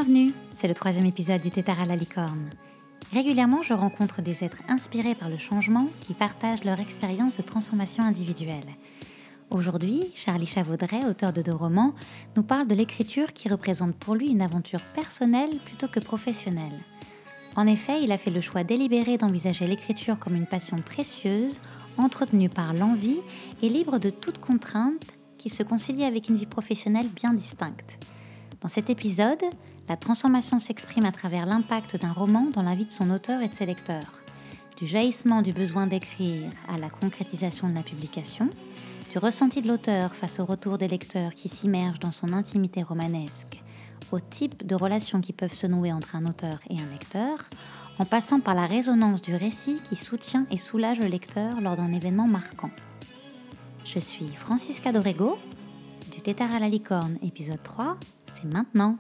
Bienvenue, c'est le 3e épisode du Tétard à la licorne. Régulièrement, je rencontre des êtres inspirés par le changement qui partagent leur expérience de transformation individuelle. Aujourd'hui, Charlie Chavaudret, auteur de 2 romans, nous parle de l'écriture qui représente pour lui une aventure personnelle plutôt que professionnelle. En effet, il a fait le choix délibéré d'envisager l'écriture comme une passion précieuse, entretenue par l'envie et libre de toute contrainte qui se concilie avec une vie professionnelle bien distincte. Dans cet épisode, la transformation s'exprime à travers l'impact d'un roman dans la vie de son auteur et de ses lecteurs. Du jaillissement du besoin d'écrire à la concrétisation de la publication, du ressenti de l'auteur face au retour des lecteurs qui s'immergent dans son intimité romanesque, au type de relations qui peuvent se nouer entre un auteur et un lecteur, en passant par la résonance du récit qui soutient et soulage le lecteur lors d'un événement marquant. Je suis Francisca Dorego, du Tétard à la licorne, épisode 3, c'est maintenant.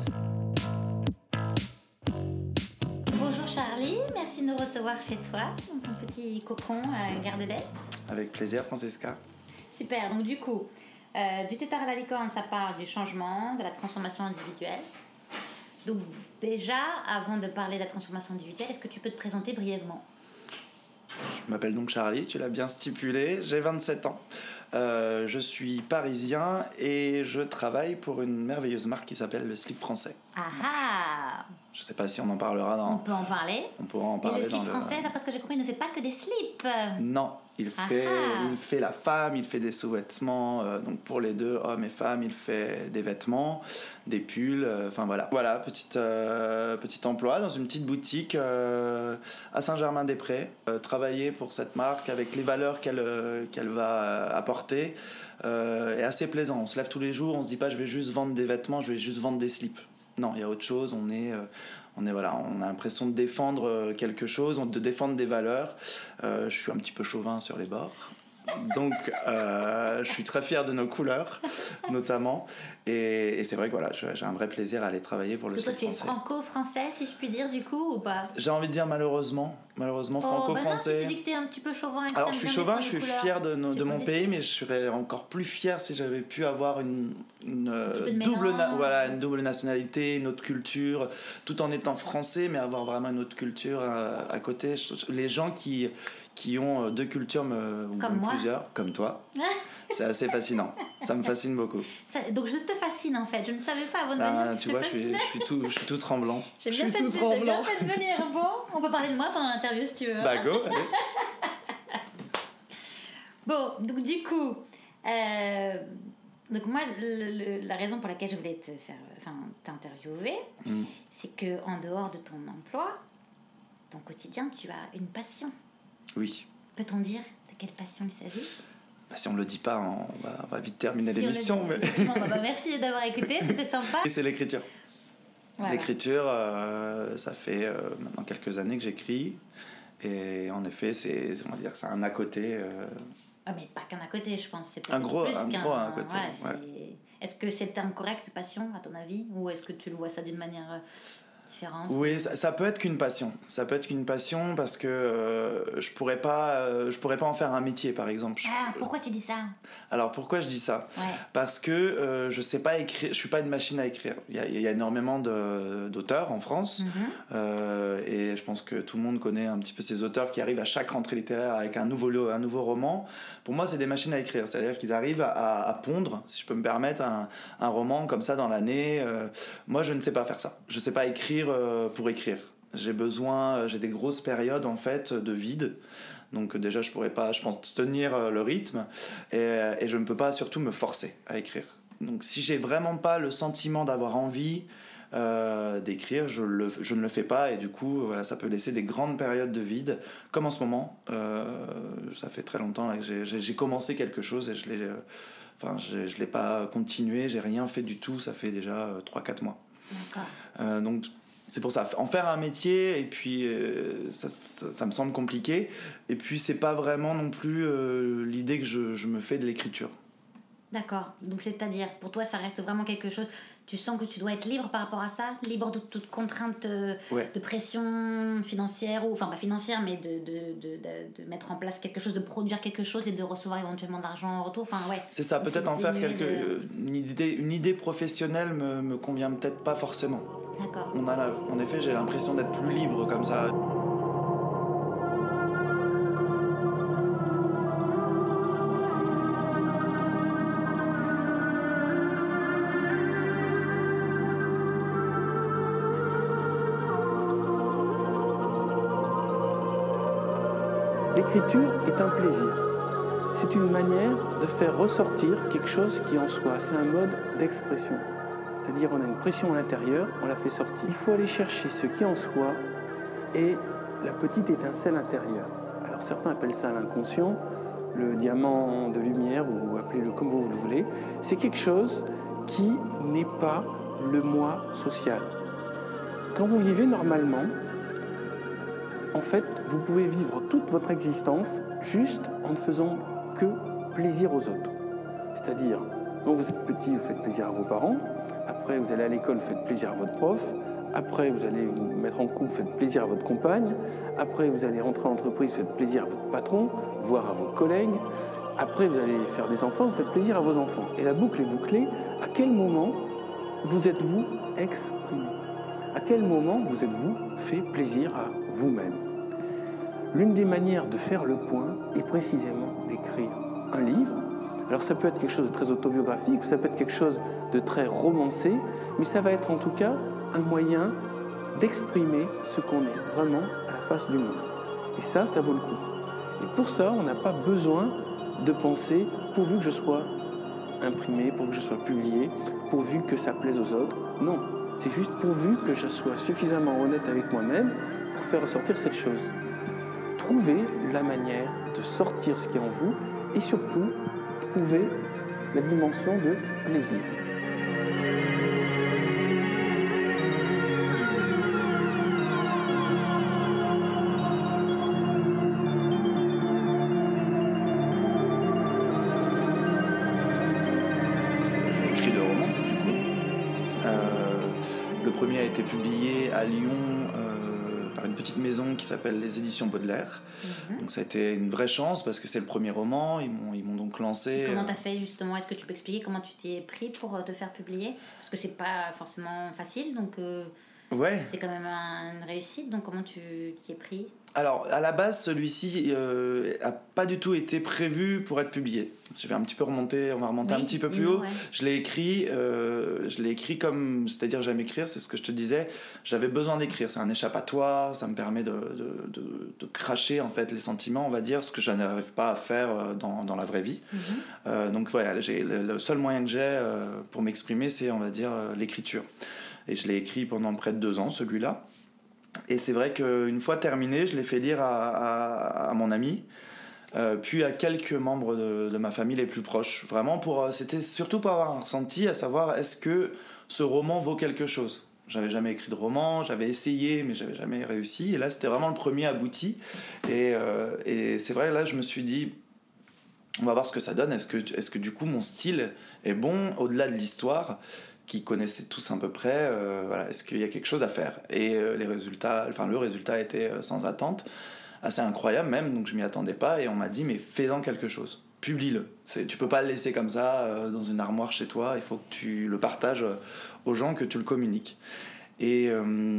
Bonjour Charlie, merci de nous recevoir chez toi, dans ton petit cocon à Gare de l'Est. Avec plaisir Francisca. Super, donc du coup, du Tétard à la licorne, ça parle du changement, de la transformation individuelle. Donc déjà, avant de parler de la transformation individuelle, est-ce que tu peux te présenter brièvement ? Je m'appelle donc Charlie, tu l'as bien stipulé, j'ai 27 ans. Je suis parisien et je travaille pour une merveilleuse marque qui s'appelle le Slip Français. Ah ah ! Je sais pas si on en parlera dans... On peut en parler. On pourra en parler. Et le Slip Français, d'après ce que j'ai compris, ne fait pas que des slips. Non, il fait la femme, il fait des sous-vêtements, donc pour les deux, hommes et femmes, il fait des vêtements, des pulls, enfin voilà. Voilà, petit emploi dans une petite boutique à Saint-Germain-des-Prés. Travailler pour cette marque avec les valeurs qu'elle va apporter est assez plaisant. On se lève tous les jours, on se dit pas je vais juste vendre des vêtements, je vais juste vendre des slips. Non, il y a autre chose, on a l'impression de défendre quelque chose, de défendre des valeurs. Je suis un petit peu chauvin sur les bords. Donc, je suis très fier de nos couleurs, notamment. Et c'est vrai que voilà, j'ai un vrai plaisir à aller travailler pour le Slip Français. Est-ce que toi, tu es franco-français, si je puis dire, du coup, ou pas ? J'ai envie de dire malheureusement franco-français. Bah non, si tu dis que t'es un petit peu chauvin. Alors, je suis chauvin, je suis fier de mon pays, mais je serais encore plus fier si j'avais pu avoir une double nationalité, une autre culture, tout en étant français, mais avoir vraiment une autre culture à côté. Les gens qui ont 2 cultures, comme moi. Plusieurs, comme toi. C'est assez fascinant. Ça me fascine beaucoup. Donc je te fascine en fait. Je ne savais pas avant de venir que tu vois, je suis tout tremblant. J'ai bien fait de venir. Bon, on peut parler de moi pendant l'interview si tu veux. Bah go, allez. Bon, donc du coup, donc moi, la raison pour laquelle je voulais t'interviewer, c'est que en dehors de ton emploi, ton quotidien, tu as une passion. Oui. Peut-on dire de quelle passion il s'agit ? Si on ne le dit pas, on va vite terminer l'émission. Mais... merci d'avoir écouté, c'était sympa. Et c'est l'écriture. Voilà. L'écriture, ça fait maintenant quelques années que j'écris. Et en effet, c'est un à côté. Mais pas qu'un à côté, je pense. C'est un gros à côté. Ouais. Est-ce que c'est le terme correct, passion, à ton avis ? Ou est-ce que tu le vois ça d'une manière... différente. Oui, ça peut être qu'une passion. Ça peut être qu'une passion parce que je pourrais pas en faire un métier, par exemple. Pourquoi tu dis ça ? Alors pourquoi je dis ça ? Parce que je sais pas écrire. Je suis pas une machine à écrire. Il y a énormément d'auteurs en France, et je pense que tout le monde connaît un petit peu ces auteurs qui arrivent à chaque rentrée littéraire avec un nouveau roman. Pour moi, c'est des machines à écrire. C'est-à-dire qu'ils arrivent à pondre, si je peux me permettre, un roman comme ça dans l'année. Moi, je ne sais pas faire ça. Je sais pas écrire pour écrire. J'ai des grosses périodes en fait de vide. Donc déjà je pourrais pas, je pense, tenir le rythme et je ne peux pas surtout me forcer à écrire. Donc si j'ai vraiment pas le sentiment d'avoir envie d'écrire, je ne le fais pas et du coup voilà, ça peut laisser des grandes périodes de vide comme en ce moment. Ça fait très longtemps là, que j'ai commencé quelque chose et je l'ai pas continué, j'ai rien fait du tout, ça fait déjà 3-4 mois. D'accord. Donc c'est pour ça, en faire un métier et puis ça me semble compliqué et puis c'est pas vraiment non plus l'idée que je me fais de l'écriture. D'accord, donc c'est-à-dire pour toi ça reste vraiment quelque chose, tu sens que tu dois être libre par rapport à ça, libre de toute contrainte de pression financière, ou enfin pas financière mais de mettre en place quelque chose, de produire quelque chose et de recevoir éventuellement de l'argent en retour, enfin ouais. C'est ça, peut-être en faire une idée professionnelle me convient peut-être pas forcément. D'accord. En effet, j'ai l'impression d'être plus libre comme ça. L'écriture est un plaisir. C'est une manière de faire ressortir quelque chose qui en soi. C'est un mode d'expression. C'est-à-dire on a une pression à l'intérieur, on la fait sortir. Il faut aller chercher ce qui en soi est la petite étincelle intérieure. Alors certains appellent ça l'inconscient, le diamant de lumière, ou appelez-le comme vous le voulez. C'est quelque chose qui n'est pas le moi social. Quand vous vivez normalement, en fait, vous pouvez vivre toute votre existence juste en ne faisant que plaisir aux autres. C'est-à-dire, quand vous êtes petit, vous faites plaisir à vos parents. Après, vous allez à l'école, vous faites plaisir à votre prof. Après, vous allez vous mettre en couple, vous faites plaisir à votre compagne. Après, vous allez rentrer en entreprise, vous faites plaisir à votre patron, voire à vos collègues. Après, vous allez faire des enfants, vous faites plaisir à vos enfants. Et la boucle est bouclée. À quel moment vous êtes-vous exprimé ? À quel moment vous êtes-vous fait plaisir à vous-même ? L'une des manières de faire le point est précisément d'écrire un livre. Alors ça peut être quelque chose de très autobiographique, ça peut être quelque chose de très romancé, mais ça va être en tout cas un moyen d'exprimer ce qu'on est vraiment à la face du monde. Et ça vaut le coup. Et pour ça, on n'a pas besoin de penser, pourvu que je sois imprimé, pourvu que je sois publié, pourvu que ça plaise aux autres. Non, c'est juste pourvu que je sois suffisamment honnête avec moi-même pour faire ressortir cette chose. Trouvez la manière de sortir ce qui est en vous et surtout, trouvez la dimension de plaisir. J'ai écrit 2 romans, du coup. Le premier a été publié à Lyon par une petite maison qui s'appelle les Éditions Baudelaire. Donc ça a été une vraie chance parce que c'est le premier roman. Ils m'ont donc lancé. Comment t'as fait justement ? Est-ce que tu peux expliquer comment tu t'es pris pour te faire publier ? Parce que c'est pas forcément facile, donc ouais. C'est quand même une réussite. Donc comment tu t'y es pris ? Alors, à la base, celui-ci a pas du tout été prévu pour être publié. Je vais un petit peu remonter, on va remonter un petit peu plus haut. Ouais. Je l'ai écrit comme, c'est-à-dire j'aime écrire, c'est ce que je te disais. J'avais besoin d'écrire, c'est un échappatoire, ça me permet de cracher en fait les sentiments, on va dire, ce que je n'arrive pas à faire dans la vraie vie. Donc voilà, le seul moyen que j'ai pour m'exprimer, c'est, on va dire, l'écriture. Et je l'ai écrit pendant près de 2 ans, celui-là. Et c'est vrai qu'une fois terminé, je l'ai fait lire à mon ami, puis à quelques membres de ma famille les plus proches. Vraiment, c'était surtout pour avoir un ressenti, à savoir, est-ce que ce roman vaut quelque chose ? J'avais jamais écrit de roman, j'avais essayé, mais j'avais jamais réussi. Et là, c'était vraiment le premier abouti. Et c'est vrai, là, je me suis dit, on va voir ce que ça donne. Est-ce que du coup, mon style est bon, au-delà de l'histoire qui connaissaient tous à peu près, voilà, est-ce qu'il y a quelque chose à faire ? Et le résultat était sans attente, assez incroyable même, donc je m'y attendais pas, et on m'a dit, mais fais-en quelque chose, publie-le. Tu peux pas le laisser comme ça dans une armoire chez toi, il faut que tu le partages aux gens, que tu le communiques. Et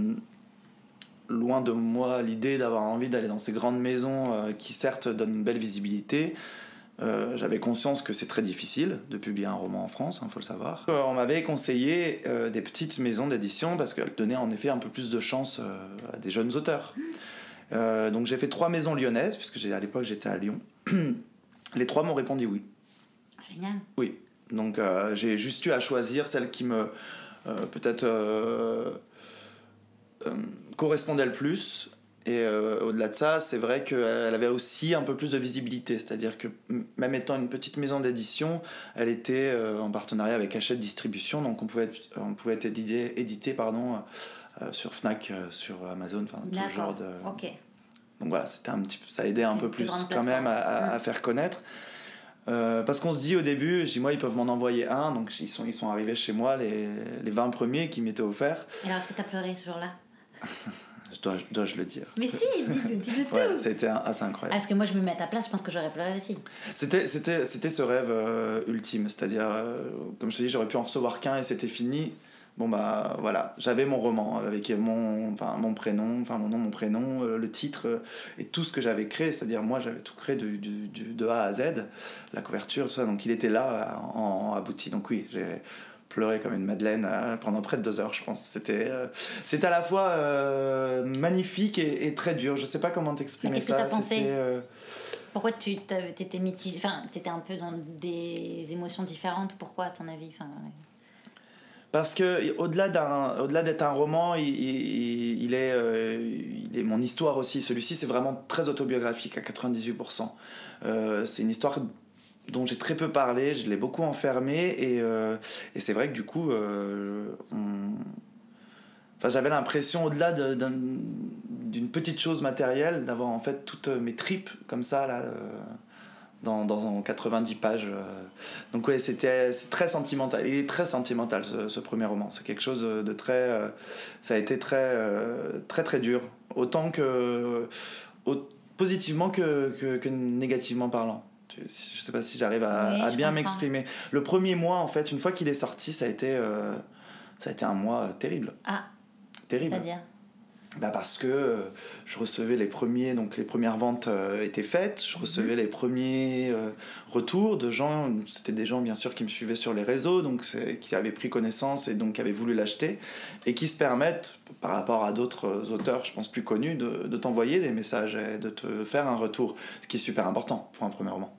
loin de moi l'idée d'avoir envie d'aller dans ces grandes maisons qui certes donnent une belle visibilité, j'avais conscience que c'est très difficile de publier un roman en France, faut le savoir. On m'avait conseillé des petites maisons d'édition parce qu'elles donnaient en effet un peu plus de chance à des jeunes auteurs. Donc j'ai fait 3 maisons lyonnaises, puisque à l'époque j'étais à Lyon. Les 3 m'ont répondu oui. Génial. Oui, donc j'ai juste eu à choisir celle qui me peut-être correspondait le plus. Et au-delà de ça, c'est vrai qu'elle avait aussi un peu plus de visibilité, c'est-à-dire que même étant une petite maison d'édition, elle était en partenariat avec Hachette Distribution, donc on pouvait être édité sur Fnac, sur Amazon, enfin tout ce genre de... Okay. Donc voilà, c'était un petit peu, ça aidait un peu plus quand même à faire connaître. Parce qu'on se dit au début, je dis moi ils peuvent m'en envoyer un, donc ils sont arrivés chez moi les 20 premiers qui m'étaient offerts. Et alors est-ce que tu as pleuré ce jour-là? Dois-je le dire? Mais si, dis-le tout. Ouais, ça a été assez incroyable. Parce que moi je me mets à ta place, je pense que j'aurais pleuré aussi. C'était ce rêve ultime, c'est-à-dire, comme je te dis, j'aurais pu en recevoir qu'un et c'était fini. bon bah voilà, j'avais mon roman avec mon prénom, enfin mon nom, mon prénom, le titre et tout ce que j'avais créé, c'est-à-dire moi j'avais tout créé de A à Z, la couverture, tout ça, donc il était là abouti. Donc oui, j'ai pleuré comme une madeleine pendant près de 2 heures, je pense. C'était à la fois magnifique et très dur. Je sais pas comment t'exprimer ça. Qu'est-ce que t'as pensé Pourquoi t'étais mitigé, enfin t'étais un peu dans des émotions différentes? Pourquoi à ton avis? Parce que au-delà d'être un roman, il est mon histoire aussi. Celui-ci, c'est vraiment très autobiographique à 98%. C'est une histoire dont j'ai très peu parlé, je l'ai beaucoup enfermé et c'est vrai que du coup j'avais l'impression, au-delà d'une petite chose matérielle, d'avoir en fait toutes mes tripes comme ça là, dans 90 pages. Donc ouais, c'est très sentimental. Il est très sentimental ce premier roman. C'est quelque chose de très... ça a été très, très, très dur. Autant positivement que négativement parlant. Je sais pas si j'arrive à bien m'exprimer. Le premier mois, en fait, une fois qu'il est sorti, ça a été un mois terrible. Ah, terrible. C'est-à-dire parce que je recevais les premières ventes étaient faites, je recevais les premiers retours de gens, c'était des gens bien sûr qui me suivaient sur les réseaux, donc qui avaient pris connaissance et donc qui avaient voulu l'acheter, et qui se permettent, par rapport à d'autres auteurs, je pense plus connus, de t'envoyer des messages et de te faire un retour, ce qui est super important pour un premier roman.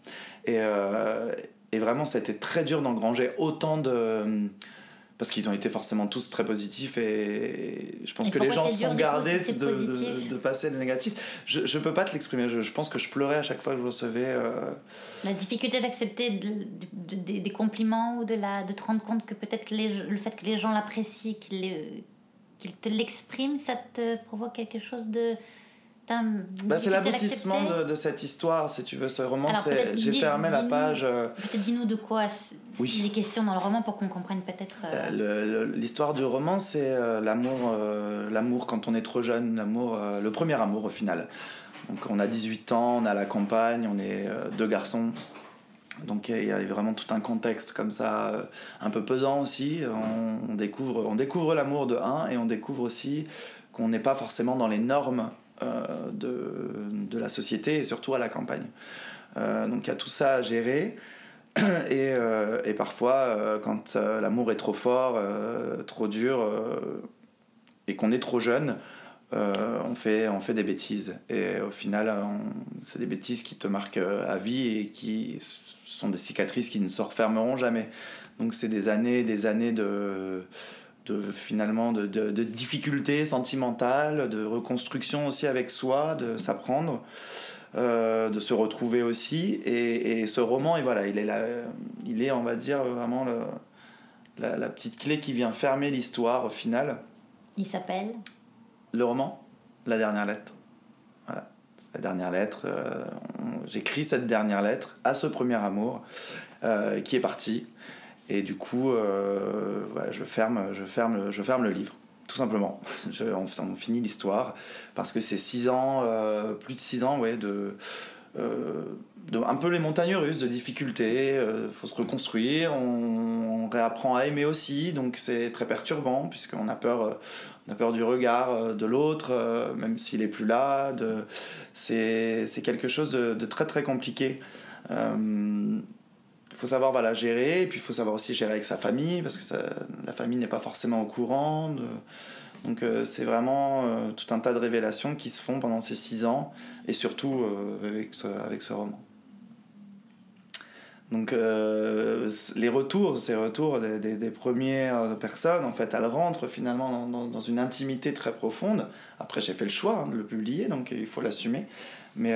Et vraiment, ça a été très dur d'engranger autant de... Parce qu'ils ont été forcément tous très positifs et je pense que les gens sont gardés de passer les négatifs. Je peux pas te l'exprimer, je pense que je pleurais à chaque fois que je recevais... La difficulté d'accepter des compliments ou de te rendre compte que peut-être le fait que les gens l'apprécient, qu'ils te l'expriment, ça te provoque quelque chose de... c'est l'aboutissement de cette histoire, si tu veux, ce roman. J'ai fermé la page. Peut-être dis-nous de quoi il est question dans le roman pour qu'on comprenne peut-être. L'histoire du roman, c'est l'amour quand on est trop jeune, le premier amour au final. Donc on a 18 ans, on est à la campagne, on est 2 garçons. Donc il y a vraiment tout un contexte comme ça, un peu pesant aussi. On découvre l'amour de un et on découvre aussi qu'on n'est pas forcément dans les normes de la société et surtout à la campagne. Donc il y a tout ça à gérer et parfois quand l'amour est trop fort, trop dur et qu'on est trop jeune, on fait des bêtises et au final c'est des bêtises qui te marquent à vie et qui sont des cicatrices qui ne se refermeront jamais. Donc c'est des années finalement de difficultés sentimentales, de reconstruction aussi avec soi, de s'apprendre, de se retrouver aussi. Et ce roman, il est on va dire vraiment la petite clé qui vient fermer l'histoire au final. Il s'appelle ? Le roman, La dernière lettre. Voilà, c'est la dernière lettre. J'écris cette dernière lettre à ce premier amour qui est parti. Et du coup, je ferme le livre, tout simplement. On finit l'histoire, parce que c'est 6 ans, plus de 6 ans, ouais, un peu les montagnes russes de difficultés. Faut se reconstruire, on réapprend à aimer aussi, donc c'est très perturbant, puisqu'on a peur du regard de l'autre, même s'il est plus là. C'est quelque chose de très très compliqué. Il faut savoir gérer, et puis il faut savoir aussi gérer avec sa famille, parce que la famille n'est pas forcément au courant. Donc c'est vraiment tout un tas de révélations qui se font pendant ces 6 ans, et surtout avec ce roman. Donc ces retours des premières personnes, en fait, elles rentrent finalement dans une intimité très profonde. Après, j'ai fait le choix de le publier, donc il faut l'assumer. Mais...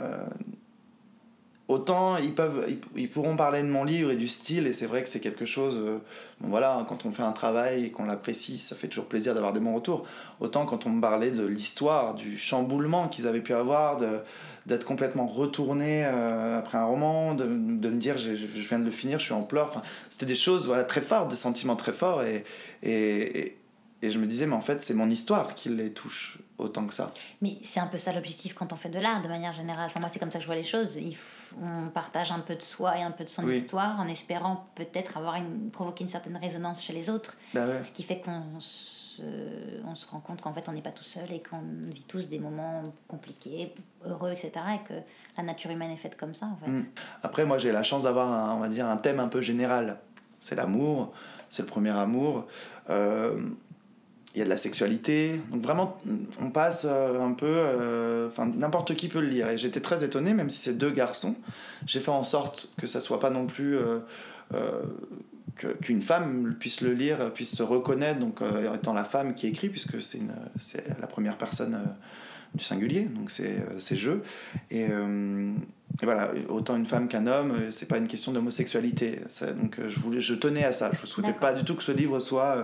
autant ils pourront parler de mon livre et du style, et c'est vrai que c'est quelque chose, quand on fait un travail et qu'on l'apprécie, ça fait toujours plaisir d'avoir des bons retours. Autant quand on me parlait de l'histoire, du chamboulement qu'ils avaient pu avoir, d'être complètement retourné après un roman, de me dire je viens de le finir, je suis en pleurs, enfin, c'était des choses très fortes, des sentiments très forts, et je me disais, mais en fait c'est mon histoire qui les touche autant que ça. Mais c'est un peu ça l'objectif quand on fait de l'art de manière générale. Enfin, moi c'est comme ça que je vois les choses. on partage un peu de soi et un peu de son histoire en espérant peut-être provoquer une certaine résonance chez les autres. Ce qui fait qu'on se rend compte qu'en fait on n'est pas tout seul et qu'on vit tous des moments compliqués, heureux, etc. Et que la nature humaine est faite comme ça, en fait. Après, moi j'ai la chance d'avoir un thème un peu général. C'est l'amour, c'est le premier amour. Il y a de la sexualité, donc vraiment on passe un peu, n'importe qui peut le lire, et j'étais très étonné, même si c'est 2 garçons, j'ai fait en sorte que ça soit pas non plus qu'une femme puisse le lire, puisse se reconnaître, donc étant la femme qui écrit, puisque c'est la première personne du singulier, donc c'est je, et voilà, autant une femme qu'un homme, c'est pas une question d'homosexualité, donc je tenais à ça, je souhaitais pas du tout que ce livre soit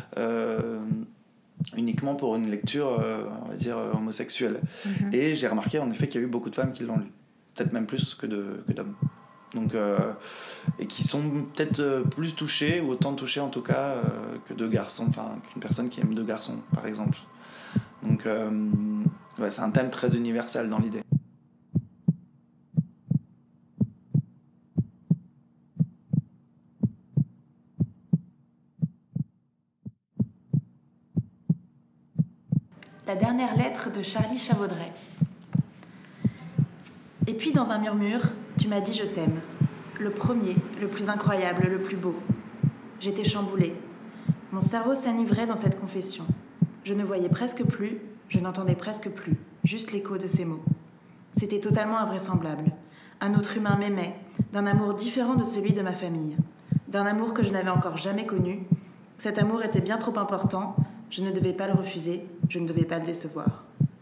uniquement pour une lecture, on va dire, homosexuelle. Et j'ai remarqué en effet qu'il y a eu beaucoup de femmes qui l'ont lu, peut-être même plus que d'hommes. Donc, et qui sont peut-être plus touchées, ou autant touchées en tout cas, que 2 garçons, qu'une personne qui aime 2 garçons, par exemple. Donc, c'est un thème très universel dans l'idée. La dernière lettre de Charlie Chavaudret. Et puis dans un murmure, tu m'as dit je t'aime. Le premier, le plus incroyable, le plus beau. J'étais chamboulée. Mon cerveau s'enivrait dans cette confession. Je ne voyais presque plus, je n'entendais presque plus, juste l'écho de ces mots. C'était totalement invraisemblable. Un autre humain m'aimait, d'un amour différent de celui de ma famille. D'un amour que je n'avais encore jamais connu. Cet amour était bien trop important. Je ne devais pas le refuser, je ne devais pas le décevoir.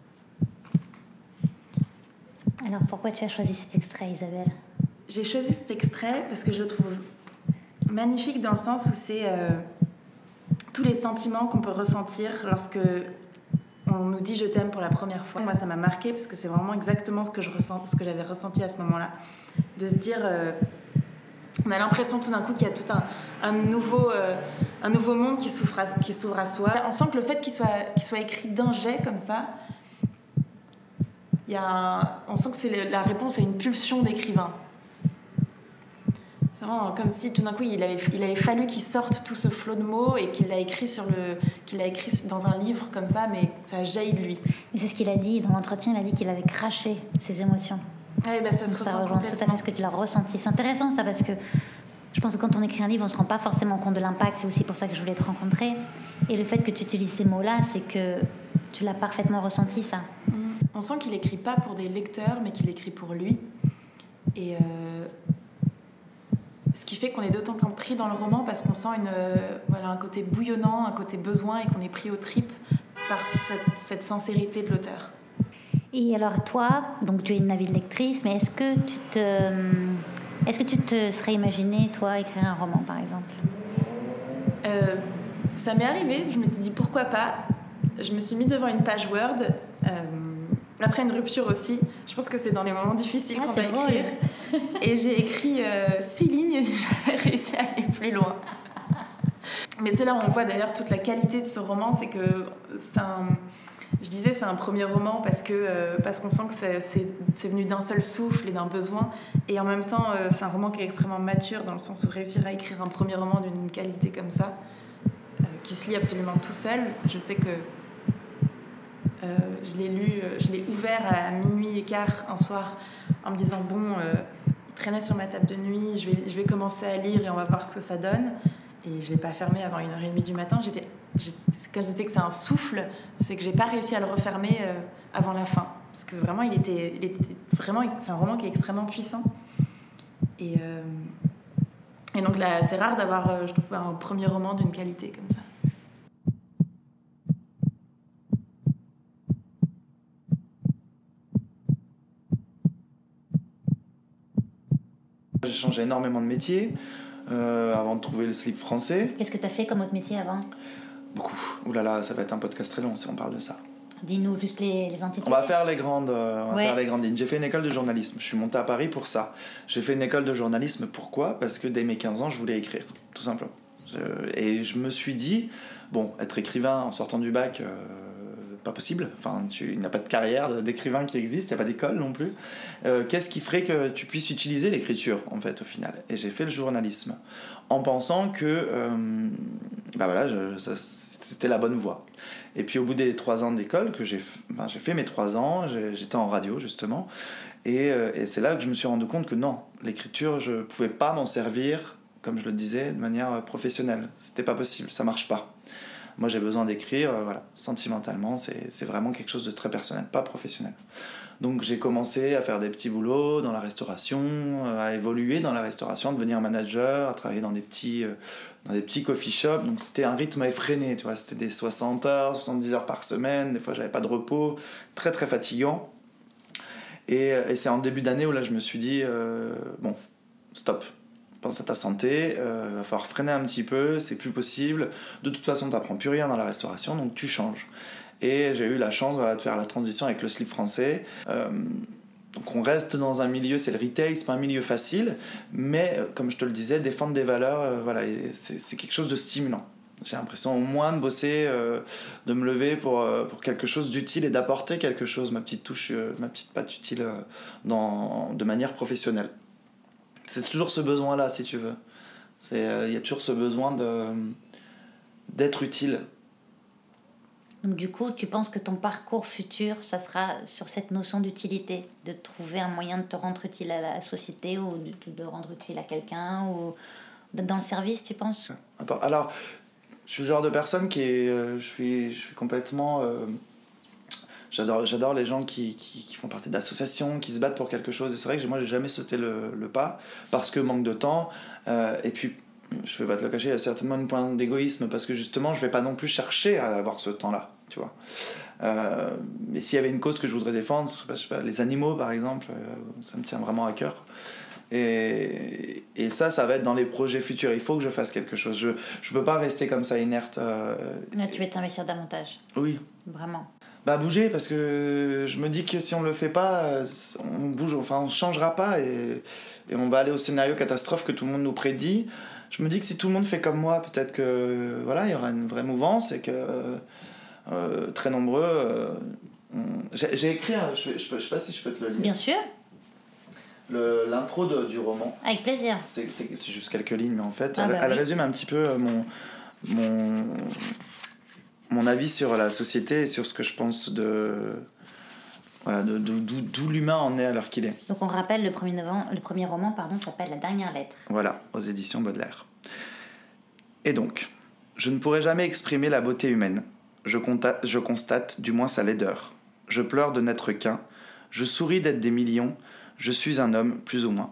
Alors pourquoi tu as choisi cet extrait, Isabelle ? J'ai choisi cet extrait parce que je le trouve magnifique dans le sens où c'est tous les sentiments qu'on peut ressentir lorsque on nous dit je t'aime pour la première fois. Moi ça m'a marqué parce que c'est vraiment exactement ce que j'avais ressenti à ce moment-là. De se dire... on a l'impression tout d'un coup qu'il y a tout un nouveau monde qui s'ouvre à soi. On sent que le fait qu'il soit écrit d'un jet comme ça, on sent que c'est la réponse à une pulsion d'écrivain. C'est vraiment comme si tout d'un coup il avait fallu qu'il sorte tout ce flot de mots et qu'il l'a écrit dans un livre comme ça, mais ça jaillit de lui. Et c'est ce qu'il a dit dans l'entretien, il a dit qu'il avait craché ses émotions. Ouais, ça se ressent rejoint tout à fait ce que tu l'as ressenti. C'est intéressant ça, parce que je pense que quand on écrit un livre, on ne se rend pas forcément compte de l'impact. C'est aussi pour ça que je voulais te rencontrer. Et le fait que tu utilises ces mots-là, c'est que tu l'as parfaitement ressenti, ça. On sent qu'il écrit pas pour des lecteurs, mais qu'il écrit pour lui. Et ce qui fait qu'on est d'autant pris dans le roman, parce qu'on sent un côté bouillonnant, un côté besoin, et qu'on est pris aux tripes par cette sincérité de l'auteur. Et alors toi, donc tu es une avide lectrice, mais est-ce que tu te serais imaginé, toi, écrire un roman, par exemple ? Ça m'est arrivé, je me suis dit pourquoi pas. Je me suis mis devant une page Word, après une rupture aussi. Je pense que c'est dans les moments difficiles qu'on va écrire. Et j'ai écrit 6 lignes et j'avais réussi à aller plus loin. Mais c'est là où on voit d'ailleurs toute la qualité de ce roman, c'est que c'est un premier roman parce qu'on sent que c'est venu d'un seul souffle et d'un besoin. Et en même temps, c'est un roman qui est extrêmement mature, dans le sens où réussir à écrire un premier roman d'une qualité comme ça, qui se lit absolument tout seul. Je sais que je l'ai ouvert à 00h15 un soir en me disant il traînait sur ma table de nuit, je vais commencer à lire et on va voir ce que ça donne. Et je ne l'ai pas fermé avant 1h30 du matin. Quand je disais que c'est un souffle, c'est que je n'ai pas réussi à le refermer avant la fin. Parce que vraiment, c'est un roman qui est extrêmement puissant. Et donc là, c'est rare d'avoir, je trouve, un premier roman d'une qualité comme ça. J'ai changé énormément de métier avant de trouver le slip français. Qu'est-ce que tu as fait comme autre métier avant ? Beaucoup. Ouh là là, ça va être un podcast très long si on parle de ça. Dis-nous juste les intitulés. On va faire les grandes lignes. J'ai fait une école de journalisme. Je suis monté à Paris pour ça. J'ai fait une école de journalisme. Pourquoi ? Parce que dès mes 15 ans, je voulais écrire, tout simplement. Et je me suis dit, être écrivain en sortant du bac, pas possible. Enfin, il n'y a pas de carrière d'écrivain qui existe, il n'y a pas d'école non plus. Qu'est-ce qui ferait que tu puisses utiliser l'écriture, en fait, au final ? Et j'ai fait le journalisme, en pensant que c'était la bonne voie. Et puis au bout des 3 ans d'école, j'ai fait mes 3 ans, j'étais en radio, justement, et c'est là que je me suis rendu compte que non, l'écriture, je ne pouvais pas m'en servir, comme je le disais, de manière professionnelle. C'était pas possible, ça marche pas. Moi, j'ai besoin d'écrire, sentimentalement, c'est vraiment quelque chose de très personnel, pas professionnel. Donc, j'ai commencé à faire des petits boulots dans la restauration, à évoluer dans la restauration, à devenir manager, à travailler dans des petits coffee shops. Donc, c'était un rythme effréné, tu vois. C'était des 60 heures, 70 heures par semaine. Des fois, j'avais pas de repos, très, très fatigant. Et c'est en début d'année où là, je me suis dit, bon, stop. Pense à ta santé, va falloir freiner un petit peu, c'est plus possible. De toute façon, tu n'apprends plus rien dans la restauration, donc tu changes. Et j'ai eu la chance de faire la transition avec le slip français. Donc on reste dans un milieu, c'est le retail, c'est pas un milieu facile, mais comme je te le disais, défendre des valeurs, c'est quelque chose de stimulant. J'ai l'impression au moins de bosser, de me lever pour quelque chose d'utile et d'apporter quelque chose, ma petite touche, ma petite patte utile de manière professionnelle. C'est toujours ce besoin-là, si tu veux. Y a toujours ce besoin d'être utile. Donc du coup, tu penses que ton parcours futur, ça sera sur cette notion d'utilité, de trouver un moyen de te rendre utile à la société ou de rendre utile à quelqu'un, ou dans le service, tu penses ? Alors, je suis le genre de personne je suis complètement... J'adore les gens qui font partie d'associations, qui se battent pour quelque chose. Et c'est vrai que moi, j'ai jamais sauté le pas parce que manque de temps. Et puis, je vais pas te le cacher, il y a certainement une pointe d'égoïsme parce que justement, je vais pas non plus chercher à avoir ce temps-là, tu vois. Mais s'il y avait une cause que je voudrais défendre, je sais pas, les animaux, par exemple, ça me tient vraiment à cœur. Et ça va être dans les projets futurs. Il faut que je fasse quelque chose. Je peux pas rester comme ça inerte. Là, tu veux t'investir davantage. Oui. Vraiment. Bouger, parce que je me dis que si on le fait pas, on bouge, enfin on changera pas et on va aller au scénario catastrophe que tout le monde nous prédit. Je me dis que si tout le monde fait comme moi, peut-être que il y aura une vraie mouvance et que très nombreux. J'ai écrit, je sais pas si je peux te le lire. Bien sûr. L'intro du roman. Avec plaisir. C'est juste quelques lignes, mais en fait, elle résume un petit peu mon avis sur la société et sur ce que je pense d'où l'humain en est à l'heure qu'il est. Donc on rappelle, le premier roman s'appelle La dernière lettre. Voilà, aux éditions Baudelaire. Et donc, je ne pourrai jamais exprimer la beauté humaine. Je constate du moins sa laideur. Je pleure de n'être qu'un. Je souris d'être des millions. Je suis un homme, plus ou moins.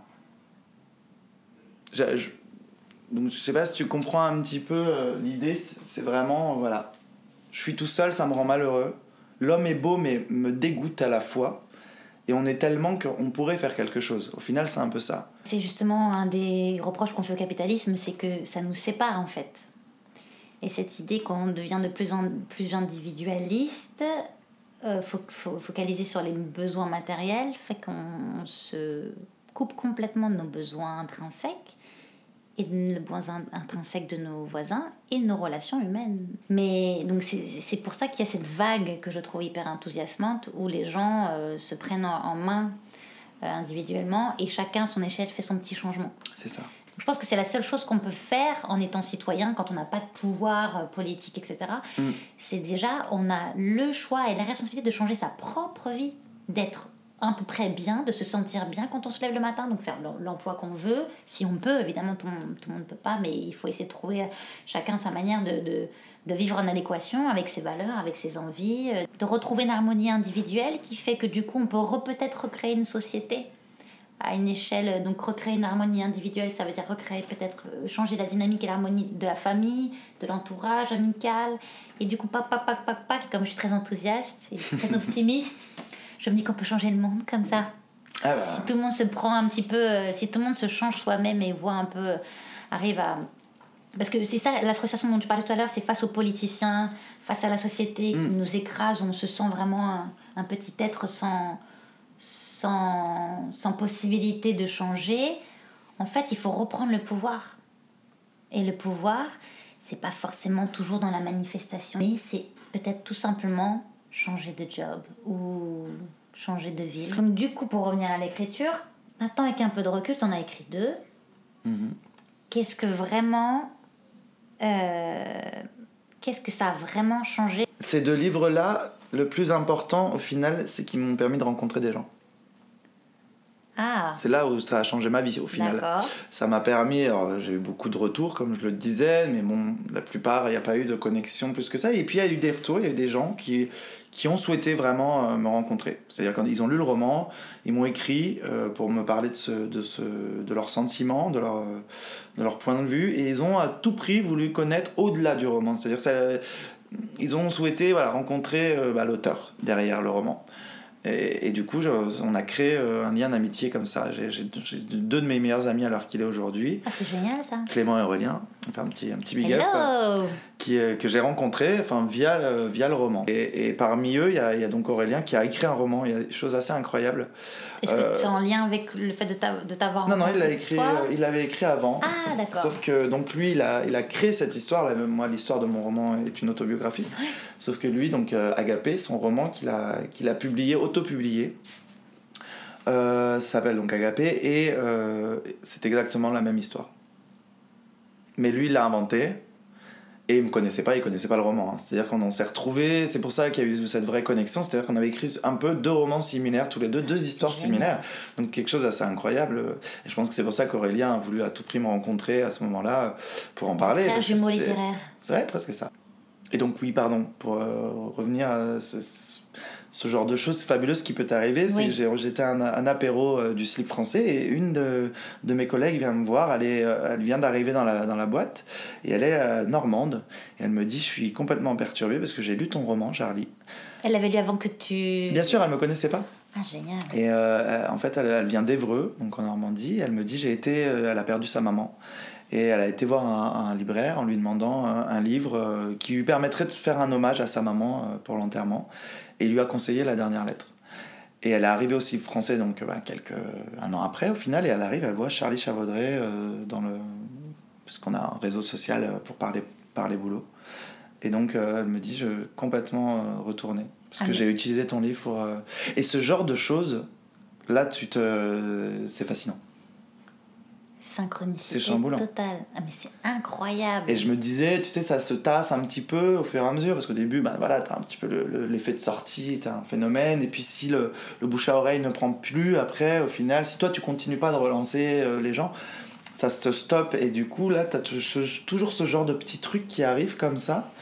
Donc je sais pas si tu comprends un petit peu l'idée, c'est vraiment, voilà. Je suis tout seul, ça me rend malheureux. L'homme est beau, mais me dégoûte à la fois. Et on est tellement qu'on pourrait faire quelque chose. Au final, c'est un peu ça. C'est justement un des reproches qu'on fait au capitalisme, c'est que ça nous sépare, en fait. Et cette idée qu'on devient de plus en plus individualiste, focalisé sur les besoins matériels, fait qu'on se coupe complètement de nos besoins intrinsèques et de nos besoins intrinsèques de nos voisins et de nos relations humaines. Mais donc c'est pour ça qu'il y a cette vague que je trouve hyper enthousiasmante où les gens se prennent en main individuellement et chacun à son échelle fait son petit changement. C'est ça. Je pense que c'est la seule chose qu'on peut faire en étant citoyen quand on n'a pas de pouvoir politique, etc. C'est déjà, on a le choix et la responsabilité de changer sa propre vie, d'être à peu près bien, de se sentir bien quand on se lève le matin, donc faire l'emploi qu'on veut, si on peut, évidemment tout le monde ne peut pas, mais il faut essayer de trouver chacun sa manière de vivre en adéquation avec ses valeurs, avec ses envies, de retrouver une harmonie individuelle qui fait que du coup on peut peut-être recréer une société à une échelle, donc recréer une harmonie individuelle, ça veut dire recréer peut-être, changer la dynamique et l'harmonie de la famille, de l'entourage amical, et du coup, comme je suis très enthousiaste et très optimiste, je me dis qu'on peut changer le monde comme ça. Ah bah. Si tout le monde se prend un petit peu, si tout le monde se change soi-même et voit un peu, arrive à... Parce que c'est ça, la frustration dont tu parlais tout à l'heure, c'est face aux politiciens, face à la société qui nous écrase, on se sent vraiment un petit être sans possibilité de changer. En fait, il faut reprendre le pouvoir. Et le pouvoir, c'est pas forcément toujours dans la manifestation, mais c'est peut-être tout simplement changer de job ou changer de ville. Donc du coup, pour revenir à l'écriture, maintenant avec un peu de recul, tu en as écrit 2. Qu'est-ce que ça a vraiment changé? Ces 2 livres-là, le plus important au final, c'est qu'ils m'ont permis de rencontrer des gens. Ah. C'est là où ça a changé ma vie au final. D'accord. Ça m'a permis, alors, j'ai eu beaucoup de retours comme je le disais, mais bon, la plupart il n'y a pas eu de connexion plus que ça. Et puis il y a eu des retours, il y a eu des gens qui ont souhaité vraiment me rencontrer. C'est-à-dire quand ils ont lu le roman, ils m'ont écrit pour me parler de leurs sentiments, de leur point de vue, et ils ont à tout prix voulu connaître au-delà du roman. C'est-à-dire ils ont souhaité rencontrer l'auteur derrière le roman. Et du coup, on a créé un lien d'amitié comme ça. J'ai 2 de mes meilleurs amis à l'heure qu'il est aujourd'hui. Ah, c'est génial ça. Clément et Aurélien, on fait un petit big Hello. up, que j'ai rencontré via le roman. Et parmi eux, il y a donc Aurélien qui a écrit un roman. Il y a des choses assez incroyables. Est-ce que c'est en lien avec le fait de t'avoir rencontré? Non, il l'avait écrit avant. Ah, d'accord. Sauf que donc lui, il a créé cette histoire. Là, moi, l'histoire de mon roman est une autobiographie. Sauf que lui, donc Agapé, son roman qu'il a publié, auto-publié, s'appelle donc Agapé, et c'est exactement la même histoire. Mais lui, il l'a inventé. Et il me connaissait pas le roman. C'est-à-dire qu'on s'est retrouvés, c'est pour ça qu'il y a eu cette vraie connexion, c'est-à-dire qu'on avait écrit un peu 2 romans similaires, tous les 2 histoires similaires. Donc quelque chose d'assez incroyable. Et je pense que c'est pour ça qu'Aurélien a voulu à tout prix me rencontrer à ce moment-là pour en parler. C'est un jumeau littéraire. C'est vrai, presque ça. Et donc oui, pardon, pour revenir à ce genre de choses fabuleuses qui peut t'arriver. Oui. J'étais à un apéro du slip français et une de mes collègues vient me voir. Elle vient d'arriver dans la boîte et elle est normande. Et elle me dit, je suis complètement perturbée parce que j'ai lu ton roman, Charlie. Elle l'avait lu avant que tu... Bien sûr, elle me connaissait pas. Ah, génial. Et en fait, elle vient d'Évreux, donc en Normandie. Elle me dit, elle a perdu sa maman. Et elle a été voir un libraire en lui demandant un livre qui lui permettrait de faire un hommage à sa maman pour l'enterrement. Et il lui a conseillé La dernière lettre. Et elle est arrivée aussi français donc un an après au final, et elle voit Charlie Chavaudret parce qu'on a un réseau social pour parler boulot. Et donc elle me dit, je vais complètement retourner parce que j'ai utilisé ton livre pour... Et ce genre de choses, là c'est fascinant. Synchronicité totale. Ah, mais c'est incroyable. Et je me disais, tu sais, ça se tasse un petit peu au fur et à mesure, parce qu'au début, t'as un petit peu l'effet de sortie, t'as un phénomène, et puis si le bouche à oreille ne prend plus, après, au final, si toi tu continues pas de relancer les gens, ça se stoppe, et du coup, là, t'as toujours ce genre de petits trucs qui arrivent comme ça,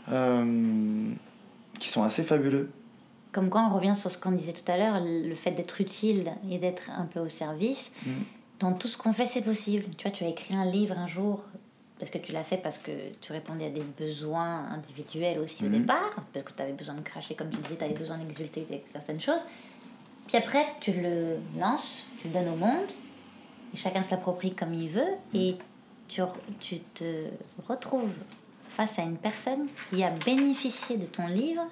qui sont assez fabuleux. Comme quoi, on revient sur ce qu'on disait tout à l'heure, le fait d'être utile et d'être un peu au service. Dans tout ce qu'on fait, c'est possible. Tu vois, tu as écrit un livre un jour, parce que tu l'as fait parce que tu répondais à des besoins individuels aussi au départ, parce que tu avais besoin de cracher, comme tu disais, tu avais besoin d'exulter avec certaines choses. Puis après, tu le lances, tu le donnes au monde, et chacun se l'approprie comme il veut, et tu te retrouves face à une personne qui a bénéficié de ton livre,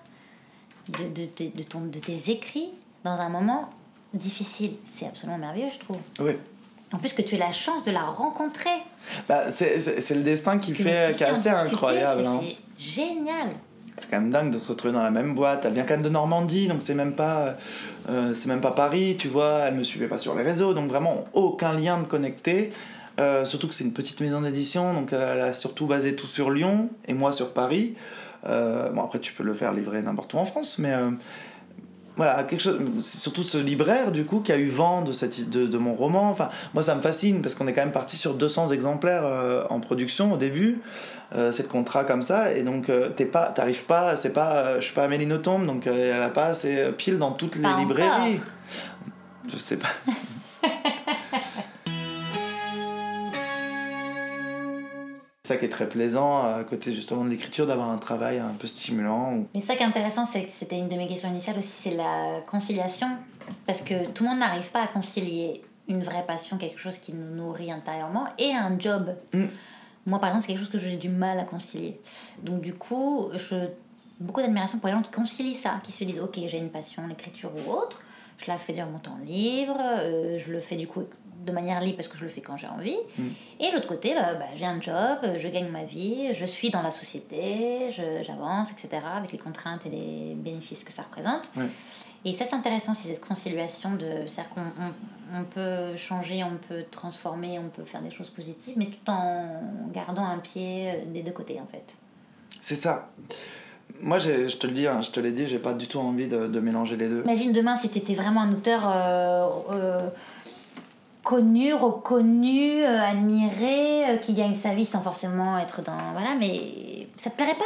de tes écrits, dans un moment difficile. C'est absolument merveilleux, je trouve. Oui. En plus que tu as la chance de la rencontrer. C'est le destin qui est assez incroyable. C'est génial. C'est quand même dingue de se retrouver dans la même boîte. Elle vient quand même de Normandie, donc c'est même pas Paris, tu vois. Elle me suivait pas sur les réseaux, donc vraiment aucun lien de connecté. Surtout que c'est une petite maison d'édition, donc elle a surtout basé tout sur Lyon et moi sur Paris. Bon, après tu peux le faire livrer n'importe où en France, mais voilà, quelque chose. C'est surtout ce libraire du coup qui a eu vent de mon roman. Enfin, moi ça me fascine parce qu'on est quand même parti sur 200 exemplaires en production au début. C'est le contrat comme ça, et donc t'arrives pas, c'est pas, je suis pas Amélie Nothomb, donc elle a pas assez pile dans toutes les librairies. Encore. Je sais pas. C'est ça qui est très plaisant à côté justement de l'écriture, d'avoir un travail un peu stimulant. Mais ça qui est intéressant, c'est que c'était une de mes questions initiales aussi, c'est la conciliation, parce que tout le monde n'arrive pas à concilier une vraie passion, quelque chose qui nous nourrit intérieurement, et un job. Moi par exemple, c'est quelque chose que j'ai du mal à concilier. Donc du coup, beaucoup d'admiration pour les gens qui concilient ça, qui se disent ok, j'ai une passion, l'écriture ou autre, je la fais durant mon temps libre, je le fais du coup de manière libre parce que je le fais quand j'ai envie. Et l'autre côté, j'ai un job, je gagne ma vie, je suis dans la société, j'avance, etc. avec les contraintes et les bénéfices que ça représente. Et ça, c'est intéressant, c'est cette conciliation c'est-à-dire qu'on peut changer, on peut transformer, on peut faire des choses positives, mais tout en gardant un pied des deux côtés, en fait. C'est ça. Moi, je te le dis, je te l'ai dit, j'ai pas du tout envie de mélanger les deux. Imagine demain si t'étais vraiment un auteur connu, reconnu, admiré, qui gagne sa vie sans forcément être dans... Voilà, mais ça te plairait pas ?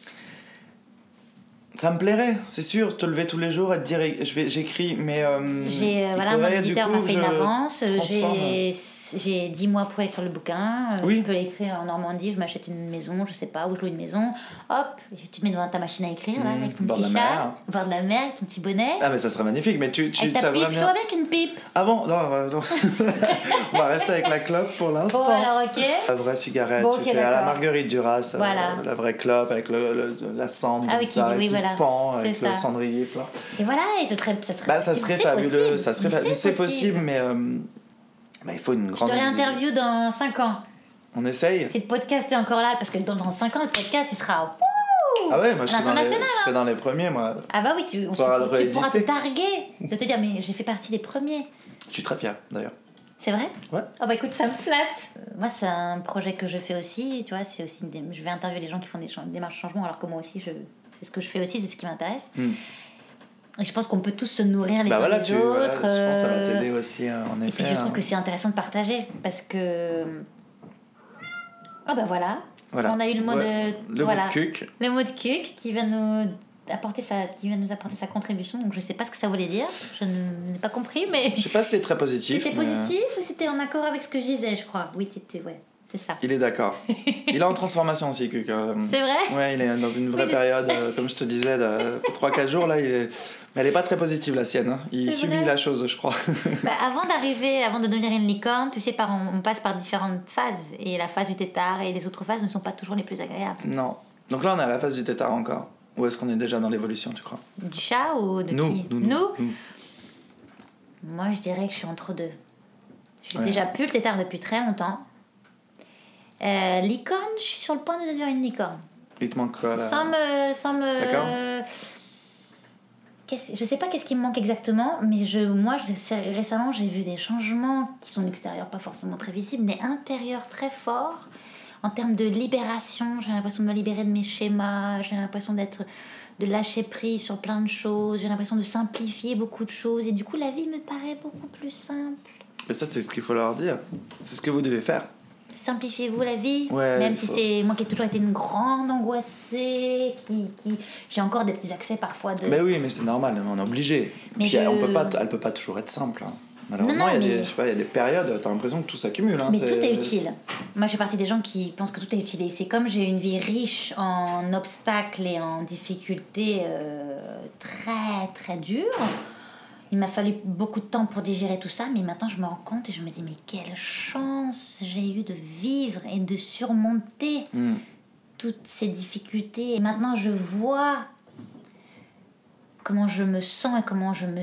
Ça me plairait, c'est sûr, te lever tous les jours et te dire j'écris, mais mon éditeur m'a fait une avance, j'ai 10 mois pour écrire le bouquin, je peux l'écrire en Normandie, je m'achète une maison, je sais pas, ou je loue une maison, hop, tu te mets devant ta machine à écrire, là, avec ton petit chat, au bord de la mer, avec ton petit bonnet. Ah mais ça serait magnifique, mais tu avec ta pipe, je te vois bien qu'une pipe. Ah bon, non. On va rester avec la clope pour l'instant. Bon alors ok. La vraie cigarette, tu sais, à la Marguerite Duras, la vraie clope avec la cendre, qui pend, avec le cendrier plein. Et voilà, et ça serait fabuleux, ça serait fabuleux, c'est possible, mais il faut une grande... Je te réinterview dans 5 ans. On essaye. Si le podcast est encore là, parce que dans 5 ans, le podcast, il sera... Ah ouais, moi je serai dans les premiers, moi. Ah bah oui, tu pourras te targuer de te dire, mais j'ai fait partie des premiers. Je suis très fière, d'ailleurs. C'est vrai ? Ouais. Oh bah écoute, ça me flatte. Moi, c'est un projet que je fais aussi, tu vois, c'est aussi je vais interviewer les gens qui font des démarches de changement, alors que moi aussi, c'est ce que je fais aussi, c'est ce qui m'intéresse. Et je pense qu'on peut tous se nourrir les uns les autres. Je pense que ça va t'aider aussi, en effet. Et puis je trouve que c'est intéressant de partager, parce que... Ah bah voilà. On a eu le mot le mot de cuc. Le mot de cuc qui va nous apporter sa contribution, donc je sais pas ce que ça voulait dire, je n'ai pas compris, mais... Je sais pas si c'est très positif. C'était positif ou c'était en accord avec ce que je disais, je crois. Oui, c'est ça. Il est d'accord. Il est en transformation aussi, Cuc. C'est vrai ? Ouais, il est dans une vraie période, comme je te disais, de 3-4 jours, là, mais elle est pas très positive, la sienne. Hein. Il subit la chose, je crois. Avant de devenir une licorne, tu sais, on passe par différentes phases. Et la phase du tétard et les autres phases ne sont pas toujours les plus agréables. Non. Donc là, on est à la phase du tétard encore. Ou est-ce qu'on est déjà dans l'évolution, tu crois ? Du chat ou de qui ? Nous. Moi, je dirais que je suis entre deux. Je suis déjà plus le tétard depuis très longtemps. Licorne, je suis sur le point de devenir une licorne. Il te manque quoi, là ? Sans me... D'accord. Je sais pas qu'est-ce qui me manque exactement, mais récemment j'ai vu des changements qui sont de l'extérieur pas forcément très visibles, mais intérieurs très forts. En termes de libération, j'ai l'impression de me libérer de mes schémas, j'ai l'impression de lâcher prise sur plein de choses, j'ai l'impression de simplifier beaucoup de choses, et du coup la vie me paraît beaucoup plus simple. Mais ça, c'est ce qu'il faut leur dire. C'est ce que vous devez faire. Simplifiez-vous la vie, même si c'est moi qui ai toujours été une grande angoissée, qui j'ai encore des petits accès parfois de... Mais oui, mais c'est normal, on est obligé. Mais puis elle peut pas toujours être simple. Hein. Malheureusement, il y a des périodes, t'as l'impression que tout s'accumule. Hein, mais tout est utile. Moi, je fais partie des gens qui pensent que tout est utile. Et c'est comme j'ai une vie riche en obstacles et en difficultés très, très dures. Il m'a fallu beaucoup de temps pour digérer tout ça, mais maintenant je me rends compte et je me dis, mais quelle chance j'ai eu de vivre et de surmonter toutes ces difficultés. Et maintenant je vois comment je me sens et comment je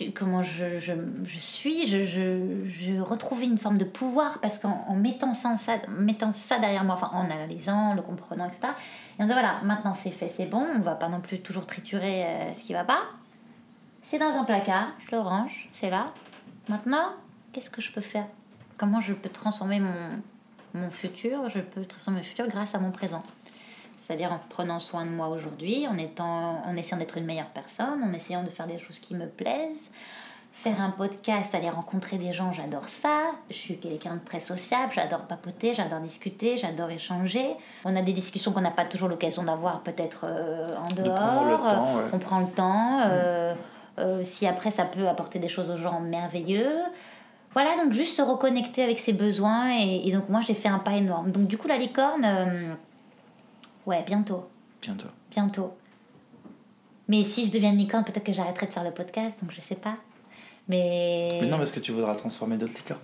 suis. Je retrouve une forme de pouvoir parce qu'en mettant ça derrière moi, enfin en analysant, le comprenant, etc. Et on dit voilà, maintenant c'est fait, c'est bon, on va pas non plus toujours triturer ce qui va pas. C'est dans un placard, je le range, c'est là. Maintenant, qu'est-ce que je peux faire ? Comment je peux transformer mon futur ? Je peux transformer mon futur grâce à mon présent. C'est-à-dire en prenant soin de moi aujourd'hui, en essayant d'être une meilleure personne, en essayant de faire des choses qui me plaisent. Faire un podcast, aller rencontrer des gens, j'adore ça. Je suis quelqu'un de très sociable, j'adore papoter, j'adore discuter, j'adore échanger. On a des discussions qu'on n'a pas toujours l'occasion d'avoir peut-être en dehors. On prend le temps. Si après ça peut apporter des choses aux gens merveilleux. Voilà, donc juste se reconnecter avec ses besoins et donc moi j'ai fait un pas énorme. Donc du coup la licorne, bientôt. Mais si je deviens une licorne, peut-être que j'arrêterai de faire le podcast, donc je sais pas. Mais non, parce que tu voudras transformer d'autres licornes.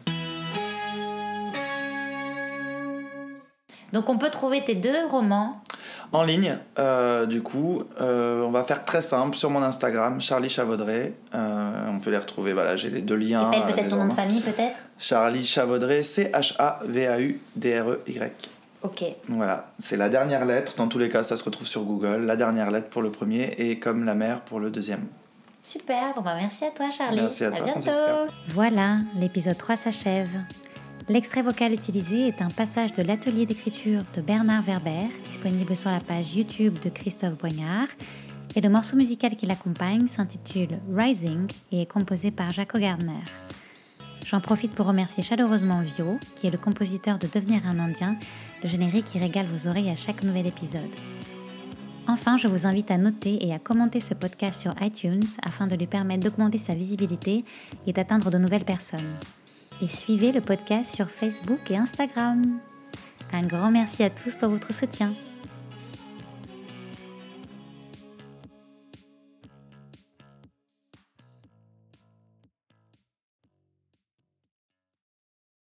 Donc on peut trouver tes 2 romans en ligne, du coup, on va faire très simple sur mon Instagram, Charlie Chavaudrey. On on peut les retrouver. Voilà, j'ai les 2 liens. Et peut-être ton nom de famille, peut-être ? Charlie Chavaudrey, CHAVAUDREY. Ok. Voilà, c'est la dernière lettre. Dans tous les cas, ça se retrouve sur Google. La dernière lettre pour le premier et comme la mère pour le deuxième. Super, bon bah merci à toi Charlie. Merci à toi bientôt. Francisca. Voilà, l'épisode 3 s'achève. L'extrait vocal utilisé est un passage de l'atelier d'écriture de Bernard Werber, disponible sur la page YouTube de Christophe Boignard, et le morceau musical qui l'accompagne s'intitule Rising et est composé par Jaco Gardner. J'en profite pour remercier chaleureusement Vio, qui est le compositeur de Devenir un Indien, le générique qui régale vos oreilles à chaque nouvel épisode. Enfin, je vous invite à noter et à commenter ce podcast sur iTunes afin de lui permettre d'augmenter sa visibilité et d'atteindre de nouvelles personnes. Et suivez le podcast sur Facebook et Instagram. Un grand merci à tous pour votre soutien.